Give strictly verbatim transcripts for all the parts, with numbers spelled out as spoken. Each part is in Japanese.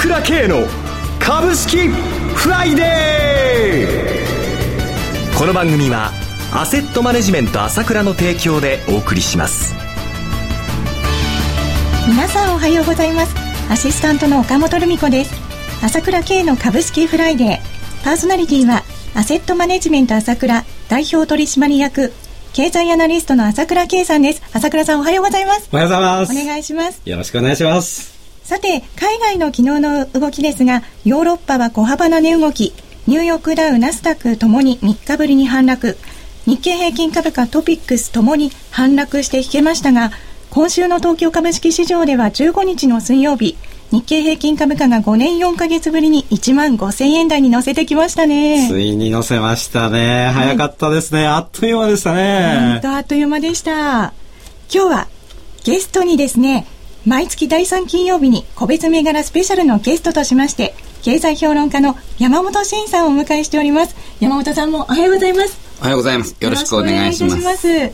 倉慶の株式フライデー。この番組はアセットマネジメント朝倉の提供でお送りします。 皆さんおはようございます。アシスタントの岡本留美子です。朝倉慶の株式フライデー、パーソナリティはアセットマネジメント朝倉代表取締役経済アナリストの朝倉慶さんです。朝倉さんおはようございます。 おはようございます。 お願いします。 よろしくお願いします。 さて、海外の昨日の動きですが、ヨーロッパは小幅な値動き、ニューヨークダウ、ナスダックともにみっかぶりに反落、日経平均株価、トピックスともに反落して引けましたが、今週の東京株式市場ではじゅうごにちの水曜日、日経平均株価がごねんよんかげつぶりにいちまんごせんえん台に乗せてきましたね。 ついに乗せましたね。早かったですね。あっという間でしたね。 本当あっという間でした。今日はゲストにですね、毎月だいさん金曜日に個別銘柄スペシャルのゲストとしまして、経済評論家の山本慎さんをお迎えしております。山本さんもおはようございます。 おはようございます。よろしくお願いします。 よろしくお願いいたします。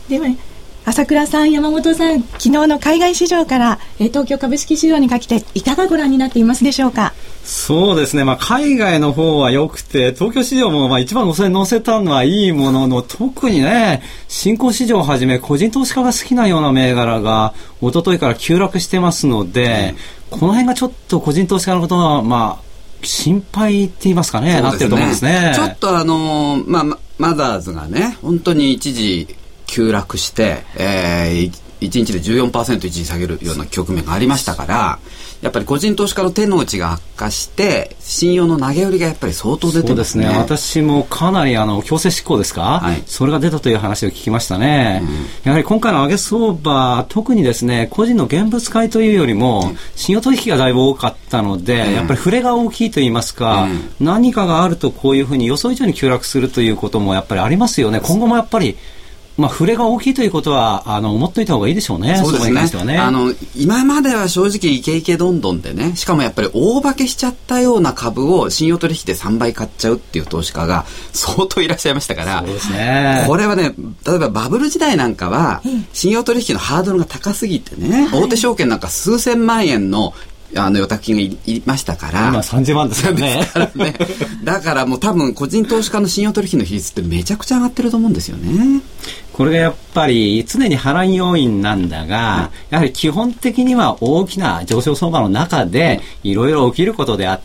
では、朝倉さん、山本さん、昨日の海外市場からえ東京株式市場にかけていかがご覧になっていますでしょうか。 そうですね、まあ、海外の方は良くて、東京市場もまあいちまんごせんえん乗せたのはいいものの、特にね、新興市場をはじめ個人投資家が好きなような銘柄が一昨日から急落してますので、うん、この辺がちょっと個人投資家のことはまあ心配って言いますか ね, ねなってると思うんですね。 ちょっとあのー、まあマザーズがね、本当に一時急落して、えー、いちにちで じゅうよんパーセント 一時下げるような局面がありましたから、やっぱり個人投資家の手の内が悪化して信用の投げ売りがやっぱり相当出てますね。 そうですね、私もかなりあの強制執行ですか、はい、それが出たという話を聞きましたね、うん、やはり今回の上げ相場、特にですね、個人の現物買いというよりも、うん、信用取引がだいぶ多かったので、うん、やっぱり触れが大きいといいますか、うん、何かがあるとこういうふうに予想以上に急落するということもやっぱりありますよね。今後もやっぱりまあ、触れが大きいということはあの思っておいた方がいいでしょうね。 そうですね。 そこに関してはね、 あの今までは正直イケイケどんどんでね、しかもやっぱり大化けしちゃったような株を信用取引でさんばい買っちゃうっていう投資家が相当いらっしゃいましたから、 そうですね、 これはね、例えばバブル時代なんかは信用取引のハードルが高すぎてね、はい、大手証券なんか数千万円のあの予託金が い, いましたから、 今さんじゅうまんですよね。 ですからね。だからもう多分個人投資家の信用取引の比率ってめちゃくちゃ上がってると思うんですよね。 これがやっぱり常に波乱要因なんだが、やはり基本的には大きな上昇相場の中でいろいろ起きることであって、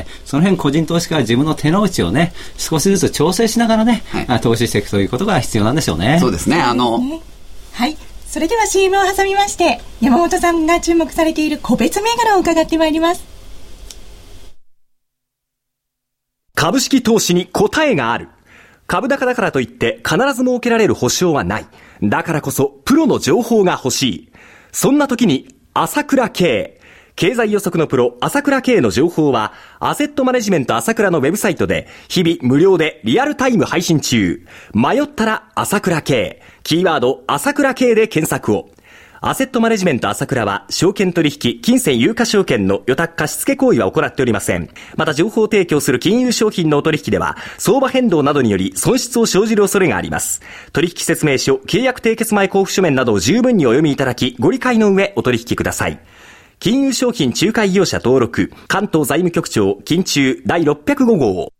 その辺個人投資家は自分の手の内をね、少しずつ調整しながらね、はい、投資していくということが必要なんでしょうね。 そうですね。あの、 はい。それでは シーエム を挟みまして、山本さんが注目されている個別銘柄を伺ってまいります。 株式投資に答えがある。株高だからといって必ず設けられる保証はない。だからこそプロの情報が欲しい。そんな時に朝倉慶。経済予測のプロ朝倉慶の情報はアセットマネジメント朝倉のウェブサイトで日々無料でリアルタイム配信中。迷ったら朝倉慶。キーワード朝倉慶で検索を。アセットマネジメント朝倉は証券取引、金銭有価証券の予託貸付行為は行っておりません。また情報提供する金融商品のお取引では相場変動などにより損失を生じる恐れがあります。取引説明書、契約締結前交付書面などを十分にお読みいただき、ご理解の上お取引ください。金融商品仲介業者登録、関東財務局長金中だいろっぴゃくご号。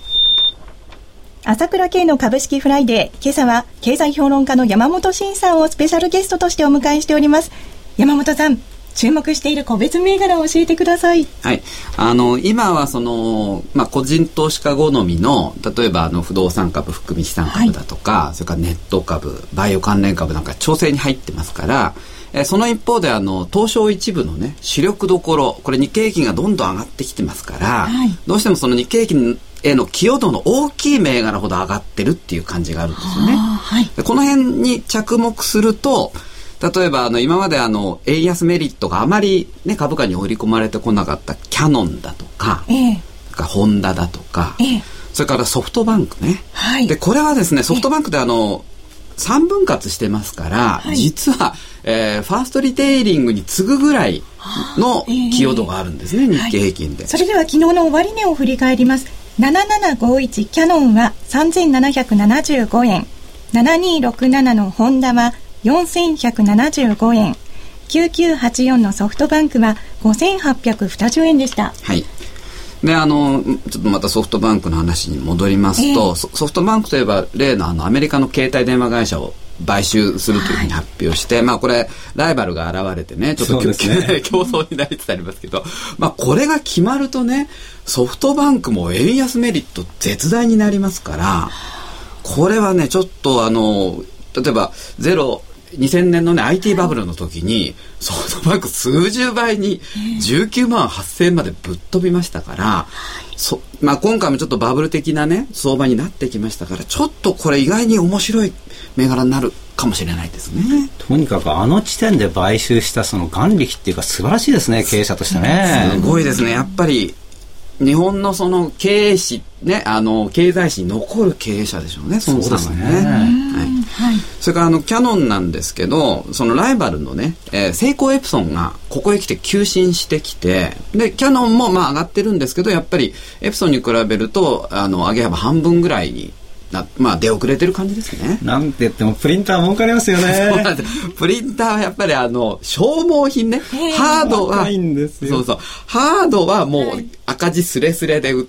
朝倉慶の株式フライデー、今朝は経済評論家の山本慎さんをスペシャルゲストとしてお迎えしております。山本さん、注目している個別銘柄を教えてください。 はい、あの今はその、まあ、個人投資家好みの、例えばあの不動産株、含み資産株だとか、はい、それからネット株、バイオ関連株なんか調整に入ってますから、えその一方であの東証一部のね、主力どころ、これ日経平均がどんどん上がってきてますから、はい、どうしてもその日経平均への寄与度の大きい銘柄ほど上がってるっていう感じがあるんですよね。はい、でこの辺に着目すると、例えばあの今まであの円安メリットがあまり、ね、株価に織り込まれてこなかったキャノンだとか、えー、ホンダだとか、えー、それからソフトバンクね、はい、でこれはですね、ソフトバンクであのさんぶん割してますから、はい、実は、えー、ファーストリテイリングに次ぐぐらいの寄与度があるんですね、えー、日経平均で、 はい、それでは昨日の終値を振り返ります。ななななごいちキャノンはさんぜんななひゃくななじゅうごえん、ななにろくななのホンダはよんせんひゃくななじゅうごえん、 きゅうきゅうはちよんのソフトバンクはごせんはっぴゃくにじゅうえんでした。 はい。で、あの、ちょっとまたソフトバンクの話に戻りますと、えー、ソ, ソフトバンクといえば例のあのアメリカの携帯電話会社を買収するというふうに発表して、はい、まあこれライバルが現れてねちょっと、ね、競争になりつつありますけど、まあこれが決まるとねソフトバンクも円安メリット絶大になりますから、これはねちょっとあの例えばゼロにせんねんのね アイティー バブルの時にソフトバンク数十倍にじゅうきゅうまんはっせんえんまでぶっ飛びましたから、そまあ、今回もちょっとバブル的なね相場になってきましたから、ちょっとこれ意外に面白い銘柄になるかもしれないですね。 とにかくあの地点で買収したその眼力っていうか素晴らしいですね、経営者としてね。 すごいですね。やっぱり日本のその経営史ね、あの経済史に残る経営者でしょうね、孫さんはね。はい、それからあのキヤノンなんですけど、そのライバルのね、えー、セイコーエプソンがここへ来て急進してきて、でキヤノンもまあ上がってるんですけど、やっぱりエプソンに比べるとあの上げ幅半分ぐらいにな、まあ出遅れてる感じですね。 なんて言ってもプリンター儲かりますよね。 そうなんです。プリンターはやっぱりあの消耗品ね、ハードはそうそうハードはもう赤字スレスレで売って、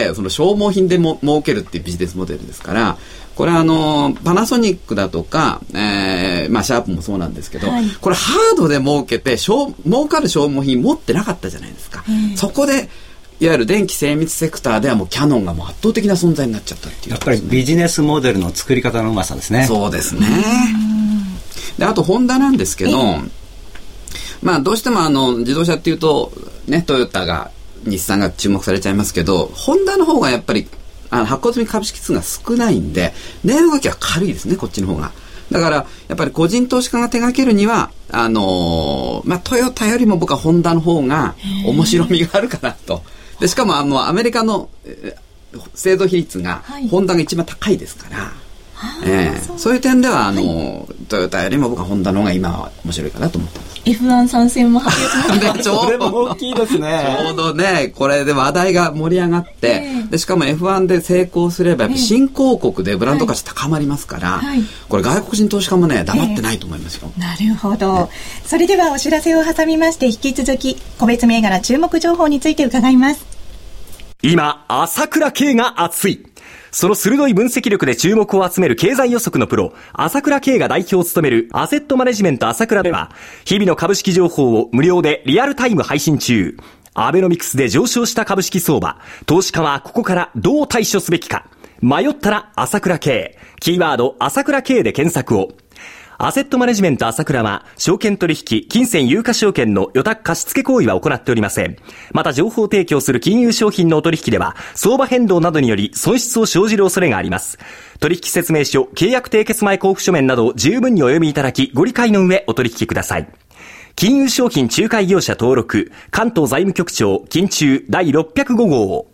その消耗品でも儲けるっていうビジネスモデルですから、これはあのパナソニックだとか、えーまあ、シャープもそうなんですけど、はい、これハードで儲けて儲かる消耗品持ってなかったじゃないですか。そこでいわゆる電気精密セクターではもうキヤノンがもう圧倒的な存在になっちゃったっていう、ね、 やっぱりビジネスモデルの作り方のうまさですね。 そうですね。であとホンダなんですけど、まあどうしてもあの自動車っていうとね、トヨタが日産が注目されちゃいますけど、ホンダの方がやっぱりあの発行済み株式数が少ないんで値動きは軽いですね、こっちの方が。だからやっぱり個人投資家が手掛けるにはあのー、まあトヨタよりも僕はホンダの方が面白みがあるかなと。でしかもあのアメリカの、えー、製造比率が、はい、ホンダが一番高いですから、えー、そう, そういう点ではあの、はい、トヨタよりも僕はホンダの方が今は面白いかなと思ってます。 エフワン 参戦も発表しました。 ちょうどそれも大きいですね。 ちょうどねこれで話題が盛り上がって、えー、でしかも エフワン で成功すればやっぱ新興国でブランド価値高まりますから、はい、これ外国人投資家もね黙ってないと思いますよ。 えー、なるほど、ね、それではお知らせを挟みまして引き続き個別銘柄注目情報について伺います。 今朝倉慶が熱い。その鋭い分析力で注目を集める経済予測のプロ、朝倉慶が代表を務めるアセットマネジメント朝倉では、日々の株式情報を無料でリアルタイム配信中。アベノミクスで上昇した株式相場、投資家はここからどう対処すべきか。迷ったら朝倉慶、キーワード朝倉慶で検索を。アセットマネジメント朝倉は、証券取引、金銭有価証券の予託貸付行為は行っておりません。また情報提供する金融商品のお取引では、相場変動などにより損失を生じる恐れがあります。取引説明書、契約締結前交付書面などを十分にお読みいただき、ご理解の上お取引ください。金融商品仲介業者登録、関東財務局長、金中第ろっぴゃくご号。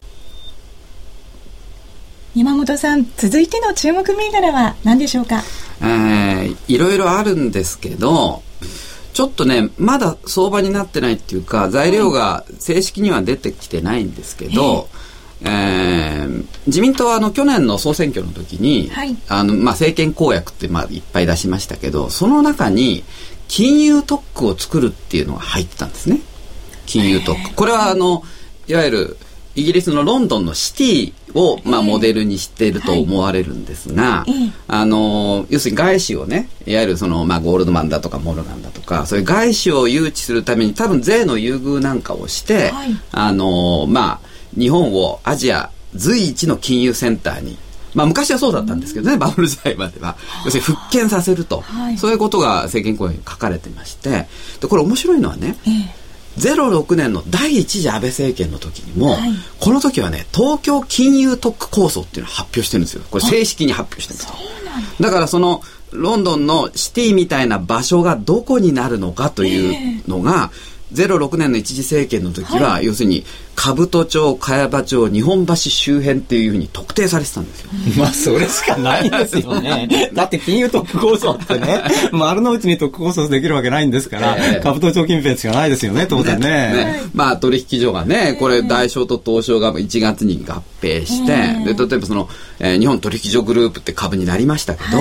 山本さん、続いての注目銘柄は何でしょうか。 えー、いろいろあるんですけど、ちょっとねまだ相場になってないっていうか材料が正式には出てきてないんですけど、えー、自民党はあの去年の総選挙の時に、はい、あのまあ、政権公約ってまあいっぱい出しましたけど、その中に金融特区を作るっていうのが入ってたんですね。金融特区、これはあのいわゆるイギリスのロンドンのシティを、まあ、モデルにしていると思われるんですが、はい、あの要するに外資をね、いわゆるその、まあ、ゴールドマンだとかモルガンだとかそういう外資を誘致するために多分税の優遇なんかをして、はい、あのまあ、日本をアジア随一の金融センターに、まあ、昔はそうだったんですけどね、バブル時代までは要するに復権させると、はい、そういうことが政権公約に書かれてまして、でこれ面白いのはね、ええゼロろくねんの第一次安倍政権の時にも、はい、この時はね東京金融特区構想っていうのを発表してるんですよ。これ正式に発表してるんですよ。だからそのロンドンのシティみたいな場所がどこになるのかというのが、えーゼロろくねんの一次政権の時は、はい、要するに兜町、茅場町、日本橋周辺っていうふうに特定されてたんですよ。 まあそれしかないですよね。だって金融特区構想ってね丸の内に特区構想できるわけないんですから、えー、兜町近辺しかないですよね、当然 ね, ね, ねまあ取引所がねこれ大商と東証がいちがつに合併して、えー、で例えばその、えー、日本取引所グループって株になりましたけど、はい、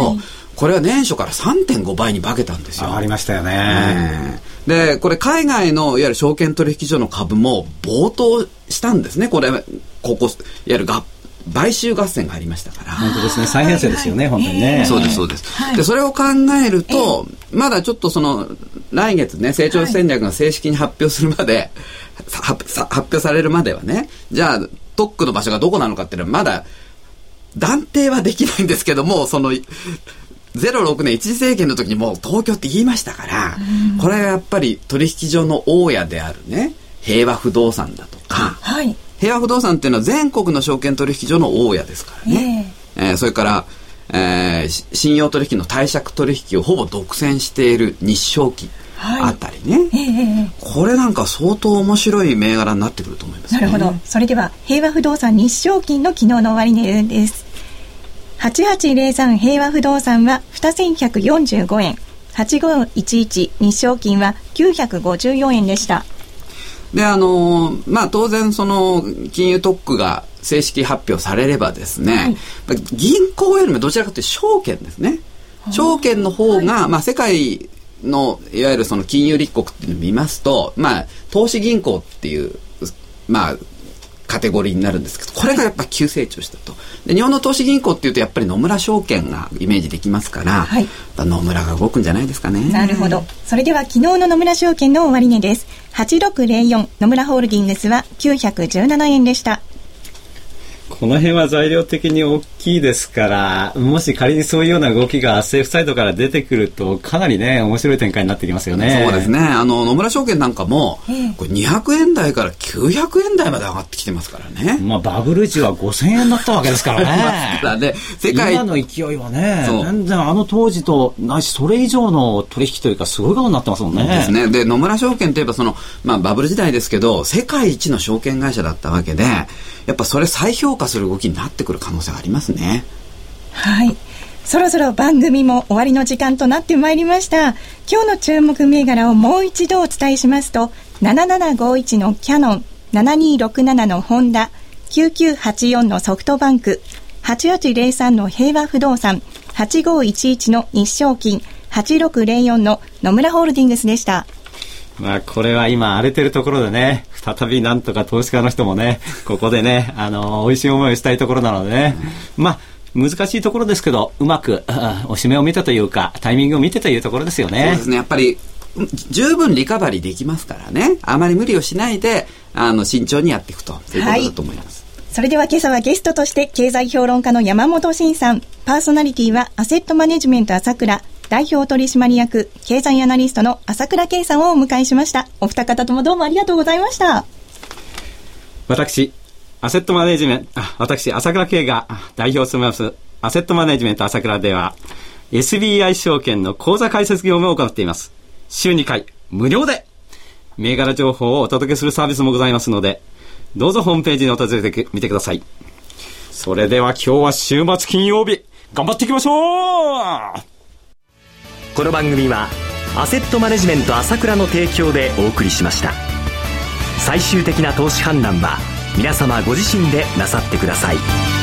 これは年初から さんてんご 倍に化けたんですよ。 ありましたよね。 で、これ海外のいわゆる証券取引所の株も暴騰したんですね。これ、ここ、いわゆるが買収合戦がありましたから。 本当ですね。再編成ですよね、本当にね。 そうです、そうです。はい、で、それを考えると、まだちょっとその、来月ね、成長戦略が正式に発表するまで、はい、発表されるまではね、じゃあ、特区の場所がどこなのかっていうのはまだ、断定はできないんですけども、その、ゼロろくねん一次政権の時にもう東京って言いましたから、これはやっぱり取引所の大家であるね、平和不動産だとか、はい、平和不動産っていうのは全国の証券取引所の大家ですからね。えーえー、それから、えー、信用取引の貸借取引をほぼ独占している日証期あたりね、はいえー、これなんか相当面白い銘柄になってくると思いますね。 なるほど。それでは平和不動産日証金の昨日の終値です。はちはちぜろさん平和不動産はにせんひゃくよんじゅうごえん、はちごいちいち日証金はきゅうひゃくごじゅうよんえんでした。 で、あのー、まあ当然その金融特区が正式発表されればですね、はい、銀行よりもどちらかというと証券ですね。証券の方が、はい、まあ世界のいわゆるその金融立国っていうのを見ますと、まあ投資銀行っていうまあカテゴリーになるんですけど、これがやっぱ急成長したと。で、日本の投資銀行っていうとやっぱり野村証券がイメージできますから、はい、野村が動くんじゃないですかね。 なるほど。それでは昨日の野村証券の終値です。はちろくぜろよん野村ホールディングスはきゅうひゃくじゅうななえんでした。 この辺は材料的に大きいですから、もし仮にそういうような動きが政府サイドから出てくるとかなりね面白い展開になってきますよね。 そうですね。あの野村証券なんかも、えー、これにひゃくえん台からきゅうひゃくえん台まで上がってきてますからね。 まあバブル時はごせんえんだったわけですからね。 だね世界今の勢いはね全然あの当時とないしそれ以上の取引というかすごいことになってますもんね。 そうですね。で野村証券といえばその、まあ、バブル時代ですけど世界一の証券会社だったわけでやっぱそれ再評価する動きになってくる可能性がありますね。 はい。そろそろ番組も終わりの時間となってまいりました。今日の注目銘柄をもう一度お伝えしますと、ななななごいちのキヤノン、ななにろくななのホンダ、きゅうきゅうはちよんのソフトバンク、はちはちぜろさんの平和不動産、はちごいちいちの日証金、はちろくぜろよんの野村ホールディングスでした。 まあ、これは今荒れてるところでね再びなんとか投資家の人もねここでねあの美味しい思いをしたいところなのでね、まあ難しいところですけどうまくおしめを見てというかタイミングを見てというところですよね。 そうですね。やっぱり十分リカバリーできますからねあまり無理をしないであの慎重にやっていくということだと思います、 はい、それでは今朝はゲストとして経済評論家の山本慎さん、パーソナリティはアセットマネジメント朝倉代表取締役経済アナリストの朝倉圭さんをお迎えしました。お二方ともどうもありがとうございました。 私アセットマネジメントあ私朝倉圭が代表を務めますアセットマネジメント朝倉では エスビーアイ 証券の口座開設業務を行っています。週にかい無料で銘柄情報をお届けするサービスもございますのでどうぞホームページに訪れてみてください。それでは今日は週末金曜日頑張っていきましょう。 この番組はアセットマネジメント朝倉の提供でお送りしました。最終的な投資判断は皆様ご自身でなさってください。